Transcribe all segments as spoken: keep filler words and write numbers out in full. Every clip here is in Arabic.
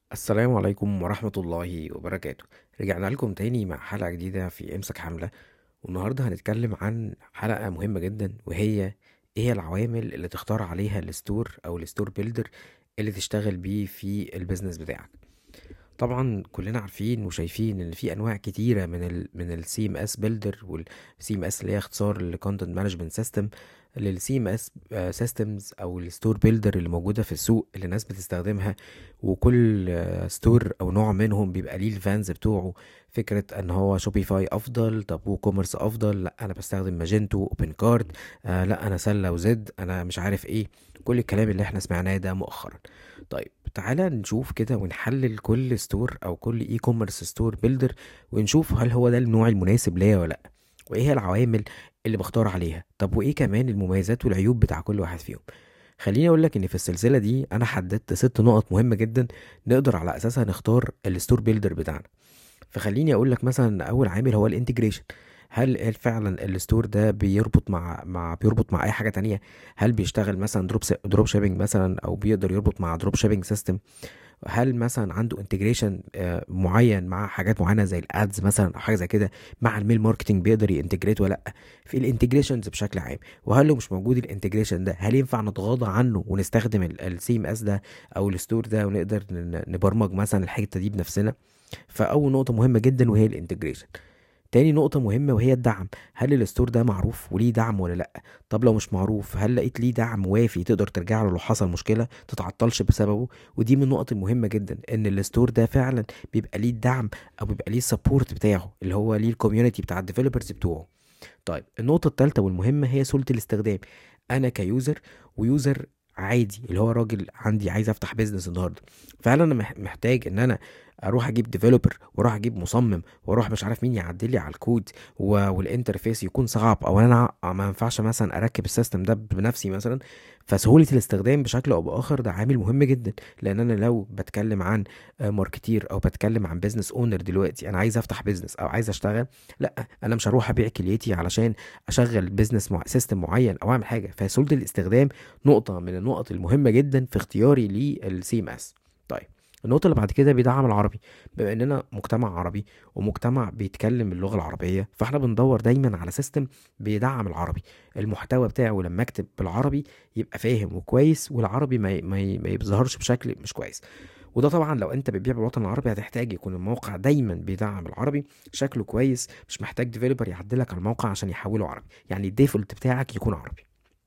السلام عليكم ورحمة الله وبركاته. رجعنا لكم تاني مع حلقة جديدة في امسك حملة. والنهاردة هنتكلم عن حلقة مهمة جدا، وهي ايه هي العوامل اللي تختار عليها الستور او الستور بيلدر اللي تشتغل بيه في البيزنس بتاعك. طبعا كلنا عارفين وشايفين ان في انواع كتيره من ال من السي ام اس بيلدر، والسي ام اس اللي هي اختصار الكونتنت مانجمنت سيستم، للسي ام اس سيستمز او الستور بيلدر اللي موجوده في السوق اللي الناس بتستخدمها. وكل ستور او نوع منهم بيبقى ليه الفانز بتوعه. فكره ان هو شوبيفاي افضل، طب وو كوميرس افضل، لا انا بستخدم ماجنتو، اوبن كارد، آه لا انا سله وزد، انا مش عارف ايه. كل الكلام اللي احنا سمعناه ده مؤخرا. طيب تعالى نشوف كده ونحلل كل ستور او كل اي كوميرس ستور بيلدر، ونشوف هل هو ده النوع المناسب ليا ولا لا، وايه هي العوامل اللي بختار عليها، طب وايه كمان المميزات والعيوب بتاع كل واحد فيهم. خليني اقول لك ان في السلسله دي انا حددت ست نقط مهمه جدا نقدر على اساسها نختار الستور بيلدر بتاعنا. فخليني اقول لك مثلا إن اول عامل هو الانتجريشن. هل هل فعلا الستور ده بيربط مع مع بيربط مع اي حاجه تانية؟ هل بيشتغل مثلا دروب دروب شيبنج مثلا، او بيقدر يربط مع دروب شيبنج سيستم؟ هل مثلا عنده انتجريشن معين مع حاجات معينه زي الادز مثلا او حاجه زي كده؟ مع الميل ماركتنج بيقدر ينتجريت ولا لا؟ في الانتجريشنز بشكل عام. وهل لو مش موجود الانتجريشن ده، هل ينفع نتغاضى عنه ونستخدم السي ام اس ده او الستور ده، ونقدر ن- نبرمج مثلا الحته دي بنفسنا؟ فاول نقطه مهمه جدا وهي الانتجريشن. تاني نقطة مهمة وهي الدعم. هل الستور ده معروف وليه دعم ولا لأ؟ طب لو مش معروف، هل لقيت ليه دعم وافي تقدر ترجع له لو حصل مشكلة تتعطلش بسببه؟ ودي من النقط المهمة جدا، ان الستور ده فعلا بيبقى ليه الدعم او بيبقى ليه السبورت بتاعه، اللي هو ليه الكوميونتي بتاع الديفلوبرز بتوعه. طيب النقطة الثالثة والمهمة هي سهولة الاستخدام. أنا كيوزر ويوزر عادي، اللي هو راجل عندي عايز افتح بيزنس النهارده، فعلا انا مح- محتاج ان انا اروح اجيب ديفلوبر، واروح اجيب مصمم، واروح مش عارف مين يعدل لي على الكود، و- والانترفيس يكون صعب، او انا ما ينفعش مثلا اركب السيستم ده بنفسي مثلا. فسهولة الاستخدام بشكل او باخر ده عامل مهم جدا. لان انا لو بتكلم عن آه، ماركتير، او بتكلم عن بيزنس اونر دلوقتي انا عايز افتح بيزنس او عايز اشتغل، لا انا مش هروح ابيع كليتي علشان اشغل بيزنس مع سيستم معين او اعمل حاجه. فسهوله الاستخدام نقطه من النقط المهمه جدا في اختياري للسي ام اس. طيب النقطة اللي بعد كده بيدعم العربي. بما اننا مجتمع عربي ومجتمع بيتكلم باللغة العربية، فاحنا بندور دايما على سيستم بيدعم العربي. المحتوى بتاعه لما اكتب بالعربي يبقى فاهم وكويس، والعربي ما ي- ما ي- ما يظهرش بشكل مش كويس. وده طبعا لو انت بتبيع بالوطن العربي هتحتاج يكون الموقع دايما بيدعم العربي، شكله كويس، مش محتاج ديفيلوبر يعدلك على الموقع عشان يحوله عربي، يعني الديفولت بتاعك يكون عربي.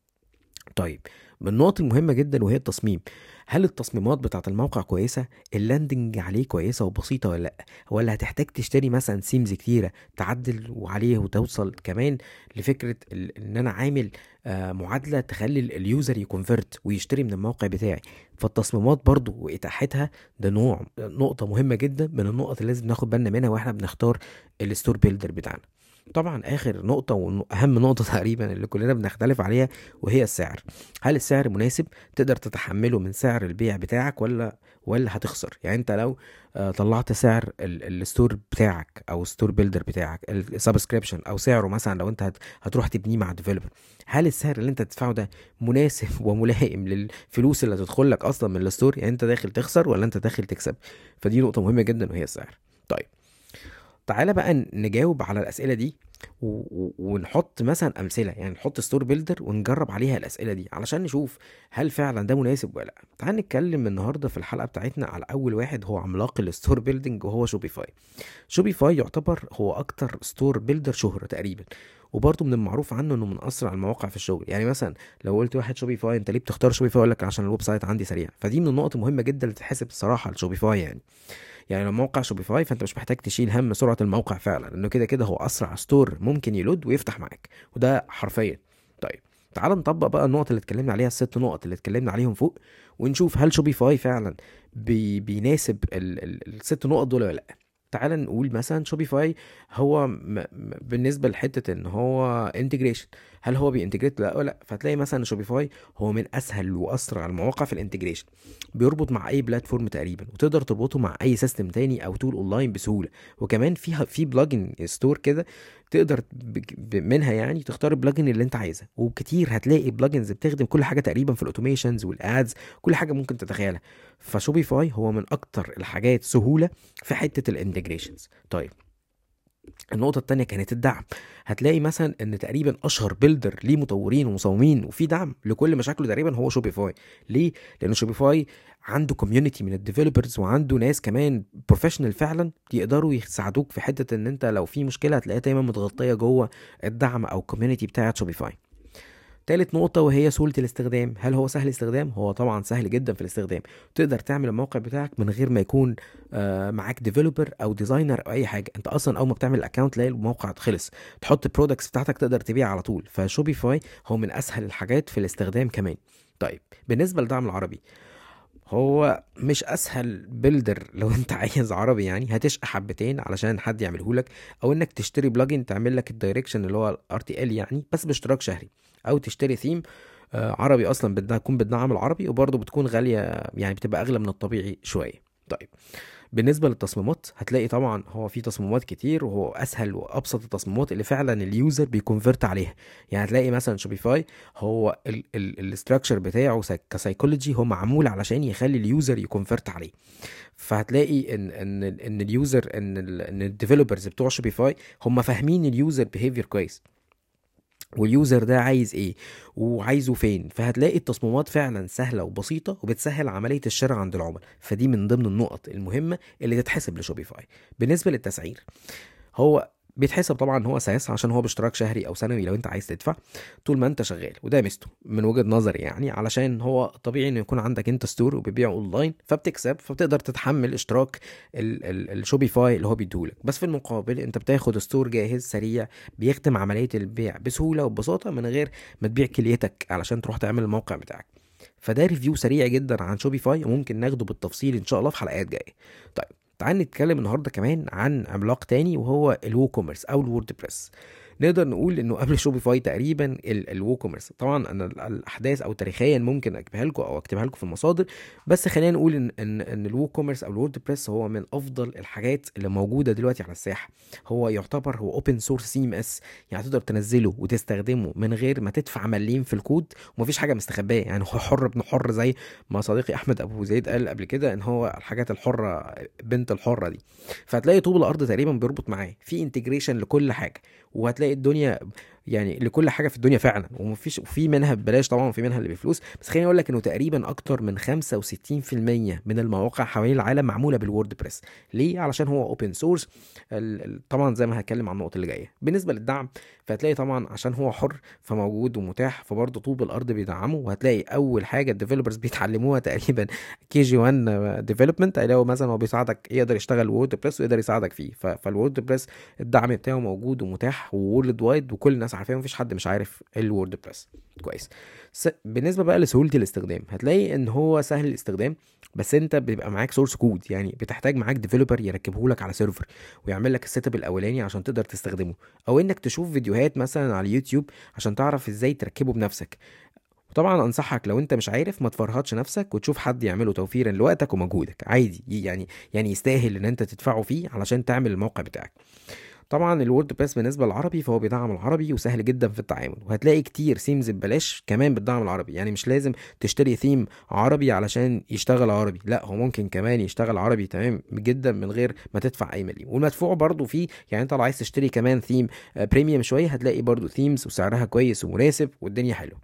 طيب من النقط المهمة جدا وهي التصميم. هل التصميمات بتاعت الموقع كويسة؟ اللاندنج عليه كويسة وبسيطة ولا لأ؟ ولا هتحتاج تشتري مثلا سيمز كتيرة تعدل وعليه، وتوصل كمان لفكرة ال- ان انا عامل آه، معادلة تخلي ال- اليوزر يكونفرت ويشتري من الموقع بتاعي. فالتصميمات برضو وإتاحتها ده نوع نقطة مهمة جدا من النقط اللي لازم ناخد بالنا منها واحنا بنختار الستور بيلدر بتاعنا. طبعا اخر نقطة واهم نقطة تقريبا اللي كلنا بنختلف عليها، وهي السعر. هل السعر مناسب تقدر تتحمله من سعر البيع بتاعك، ولا ولا هتخسر؟ يعني انت لو آه، طلعت سعر ال- الستور بتاعك او الستور بيلدر بتاعك السبسكريبشن، او سعره مثلا لو انت هت- هتروح تبنيه مع ديفلوبر، هل السعر اللي انت تدفعه ده مناسب وملائم للفلوس اللي هتدخل لك اصلا من الستور؟ يعني انت داخل تخسر ولا انت داخل تكسب؟ فدي نقطة مهمة جدا وهي السعر. طيب تعالى بقى نجاوب على الأسئلة دي، و... و... ونحط مثلا أمثلة، يعني نحط ستور بيلدر ونجرب عليها الأسئلة دي علشان نشوف هل فعلا ده مناسب ولا لا. تعال نتكلم النهاردة في الحلقة بتاعتنا على أول واحد، هو عملاق الستور بيلدينج، وهو شوبيفاي. شوبيفاي يعتبر هو أكتر ستور بيلدر شهرة تقريبا، وبرضه من المعروف عنه انه من اسرع المواقع في الشغل. يعني مثلا لو قلت واحد شوبيفاي انت ليه بتختار شوبيفاي، يقول لك عشان الويب سايت عندي سريع. فدي من النقط المهمه جدا اللي تتحسب الصراحه لشوبيفاي يعني. يعني لو موقع شوبيفاي فانت مش محتاج تشيل هم سرعه الموقع فعلا، انه كده كده هو اسرع ستور ممكن يلود ويفتح معاك، وده حرفيا. طيب تعال نطبق بقى النقط اللي اتكلمنا عليها، الست نقط اللي اتكلمنا عليهم فوق، ونشوف هل شوبيفاي فعلا بي بيناسب ال ال الست نقط دول ولا لا. تعال نقول مثلا شوبيفاي هو م م بالنسبه لحته ان هو انتجريشن. هل هو بينتجريت؟ لا لا. فتلاقي مثلا شوبيفاي هو من اسهل واسرع المواقع في الانتجريشن، بيربط مع اي بلاتفورم تقريبا، وتقدر تربطه مع اي سيستم تاني او تول اونلاين بسهوله. وكمان فيها في بلجن ستور كده تقدر ب- ب- منها يعني تختار البلجن اللي انت عايزها. وكتير هتلاقي بلجنز بتخدم كل حاجه تقريبا في الاوتوميشنز والادز، كل حاجه ممكن تتخيلها. فشوبيفاي هو من اكتر الحاجات سهوله في حته الانتجريشنز. طيب، النقطة التانية كانت الدعم. هتلاقي مثلا ان تقريبا اشهر بيلدر ليه مطورين ومصممين وفي دعم لكل مشاكله تقريبا هو شوبيفاي. ليه؟ لان شوبيفاي عنده كوميونتي من الديفلوبرز، وعنده ناس كمان بروفيشنال فعلا يقدروا يساعدوك في حتة ان انت لو في مشكلة هتلاقيها دايما متغطية جوه الدعم او كوميونتي بتاعت شوبيفاي. تالت نقطة وهي سهولة الاستخدام. هل هو سهل الاستخدام؟ هو طبعا سهل جدا في الاستخدام. تقدر تعمل الموقع بتاعك من غير ما يكون آه، معاك ديفلوبر او ديزاينر او اي حاجة. انت اصلا اول ما بتعمل الاكونت تلاقي الموقع خلص، تحط البرودكتس بتاعتك تقدر تبيع على طول. فشوبيفاي هو من اسهل الحاجات في الاستخدام كمان. طيب، بالنسبة لدعم العربي، هو مش اسهل بيلدر لو انت عايز عربي يعني هتشقى حبتين علشان حد يعمله لك، او انك تشتري بلجن تعمل لك الدايركشن اللي هو الار تي ال يعني بس باشتراك شهري، او تشتري ثيم آه، عربي اصلا بتكون بتدعم العربي وبرضه بتكون غاليه يعني بتبقى اغلى من الطبيعي شويه. طيب، بالنسبه للتصميمات هتلاقي طبعا هو في تصميمات كتير، وهو اسهل وابسط التصميمات اللي فعلا اليوزر بيكونفرت عليها. يعني هتلاقي مثلا شوبيفاي هو الاستراكشر بتاعه كسايكولوجي هو معمول علشان يخلي اليوزر يكونفرت عليه. فهتلاقي ان ان ان اليوزر ان ال ان الديفلوبرز بتوع شوبيفاي هم فاهمين اليوزر بيهيفير كويس، واليوزر ده عايز ايه وعايزه فين. فهتلاقي التصميمات فعلا سهله وبسيطه وبتسهل عمليه الشراء عند العملاء. فدي من ضمن النقط المهمه اللي تتحسب لشوبيفاي. بالنسبه للتسعير، هو بيتحسب طبعا هو ساس عشان هو باشتراك شهري او سنوي لو انت عايز تدفع طول ما انت شغال. وده ميزته من وجهة نظري يعني، علشان هو طبيعي انه يكون عندك انت ستور وبيبيع اونلاين فبتكسب، فبتقدر تتحمل اشتراك ال- ال- الشوبيفاي اللي هو بيديهولك. بس في المقابل انت بتاخد ستور جاهز سريع بيختم عملية البيع بسهولة وببساطة من غير ما تبيع كليتك علشان تروح تعمل الموقع بتاعك. فده ريفيو سريع جدا عن شوبيفاي وممكن ناخده بالتفصيل ان شاء الله في حلقات جايه. طيب، تعال نتكلم النهارده كمان عن عملاق تاني وهو الوو كوميرس او الووردبريس. نقدر نقول انه قبل شوبيفاي تقريبا الوو كوميرس، طبعا انا ال- الاحداث او تاريخيا ممكن اكتبها لكم او اكتبها لكم في المصادر، بس خلينا نقول ان ان ان الوو كوميرس او الووردبريس هو من افضل الحاجات اللي موجوده دلوقتي على الساحه. هو يعتبر هو اوبن سورس سي ام اس، يعني تقدر تنزله وتستخدمه من غير ما تدفع مليم في الكود، ومفيش حاجه مستخبيه. يعني هو حر ابن حر زي ما صديقي احمد ابو زيد قال قبل كده ان هو الحاجات الحره بنت الحره دي. فهتلاقي طوب الارض تقريبا بيربط معاه في انتجريشن لكل حاجه، وهتلاقي الدنيا يعني لكل حاجه في الدنيا فعلا. ومفيش وفي منها ببلاش طبعا وفي منها اللي بفلوس، بس خليني اقول لك انه تقريبا اكتر من خمسة وستين في المية من المواقع حوالين العالم معموله بالووردبريس. ليه؟ علشان هو اوبن سورس. طبعا زي ما هتكلم عن النقطه اللي جايه. بالنسبه للدعم فهتلاقي طبعا عشان هو حر فموجود ومتاح، فبرضه طوب الارض بيدعمه. وهتلاقي اول حاجه الديفلوبرز بيتعلموها تقريبا كي جي واحد ديفلوبمنت، هيلاقوا مثلا هو بيساعدك يقدر يشتغل ووردبريس ويقدر يساعدك فيه. فالووردبريس الدعم بتاعه موجود ومتاح وورلد وايد وكل الناس عارفاه، مفيش حد مش عارف الووردبريس كويس. س... بالنسبه بقى لسهوله الاستخدام، هتلاقي ان هو سهل الاستخدام، بس انت بيبقى معاك سورس كود. يعني بتحتاج معاك ديفلوبر يركبه لك على سيرفر ويعمل لك السيت اب الاولاني عشان تقدر تستخدمه، او انك تشوف فيديوهات مثلا على اليوتيوب عشان تعرف ازاي تركبه بنفسك. وطبعا انصحك لو انت مش عارف ما تفرهدش نفسك وتشوف حد يعمله توفيرا لوقتك ومجهودك عادي يعني. يعني يستاهل ان انت تدفعه فيه علشان تعمل الموقع بتاعك. طبعا الووردبريس بالنسبه للعربي فهو بيدعم العربي وسهل جدا في التعامل، وهتلاقي كتير سيمز ببلاش كمان بتدعم العربي. يعني مش لازم تشتري ثيم عربي علشان يشتغل عربي، لا هو ممكن كمان يشتغل عربي تمام جدا من غير ما تدفع اي مليم. والمدفوع برضو فيه، يعني انت لو عايز تشتري كمان ثيم بريميوم شويه هتلاقي برضو ثيمز وسعرها كويس ومناسب والدنيا حلوه.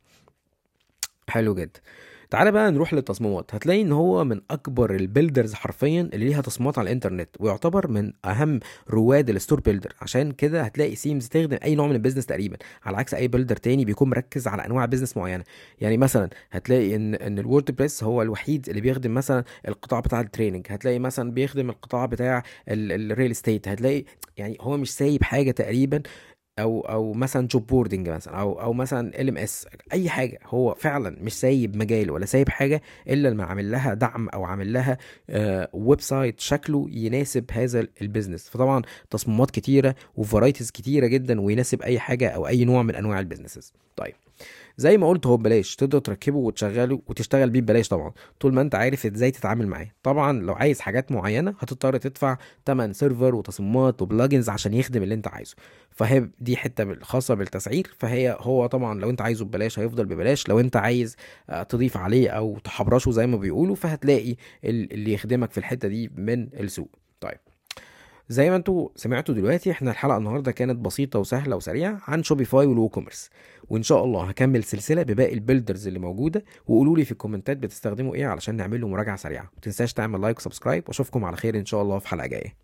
حلو جدا. تعالى بقى نروح للتصميمات. هتلاقي ان هو من اكبر البيلدرز حرفيا اللي ليها تصميمات على الانترنت، ويعتبر من اهم رواد الستور بيلدر. عشان كده هتلاقي سيمز تخدم اي نوع من البيزنس تقريبا، على عكس اي بيلدر تاني بيكون مركز على انواع بيزنس معينه. يعني مثلا هتلاقي ان ان الووردبريس هو الوحيد اللي بيخدم مثلا القطاع بتاع التريننج، هتلاقي مثلا بيخدم القطاع بتاع الريل استيت، هتلاقي يعني هو مش سايب حاجه تقريبا او او مثلا جوب بوردنج مثلا، او او مثلا ال ام اس، اي حاجه. هو فعلا مش سايب مجال ولا سايب حاجه الا لما عامل لها دعم او عامل لها آه ويب سايت شكله يناسب هذا البيزنس. فطبعا تصميمات كتيره وفرايتيز كتيره جدا ويناسب اي حاجه او اي نوع من انواع البيزنسز. طيب زي ما قلت، هو ببلاش، تقدر تركبه وتشغله وتشتغل بيه ببلاش طبعا، طول ما انت عارف ازاي تتعامل معاه. طبعا لو عايز حاجات معينه هتضطر تدفع تمن سيرفر وتصميمات وبلجنز عشان يخدم اللي انت عايزه، فهي دي حته خاصه بالتسعير. فهي هو طبعا لو انت عايزه ببلاش هيفضل ببلاش، لو انت عايز آه، تضيف عليه او تحبرشه زي ما بيقولوا، فهتلاقي ال- اللي يخدمك في الحته دي من السوق. طيب زي ما انتوا سمعتوا دلوقتي، احنا الحلقه النهارده كانت بسيطه وسهله وسريعه عن شوبيفاي والووكوميرس، وان شاء الله هكمل سلسله بباقي البيلدرز اللي موجوده. وقولوا لي في الكومنتات بتستخدموا ايه علشان نعمل له مراجعه سريعه. ما تنساش تعمل لايك وسبسكرايب، واشوفكم على خير ان شاء الله في حلقه جايه.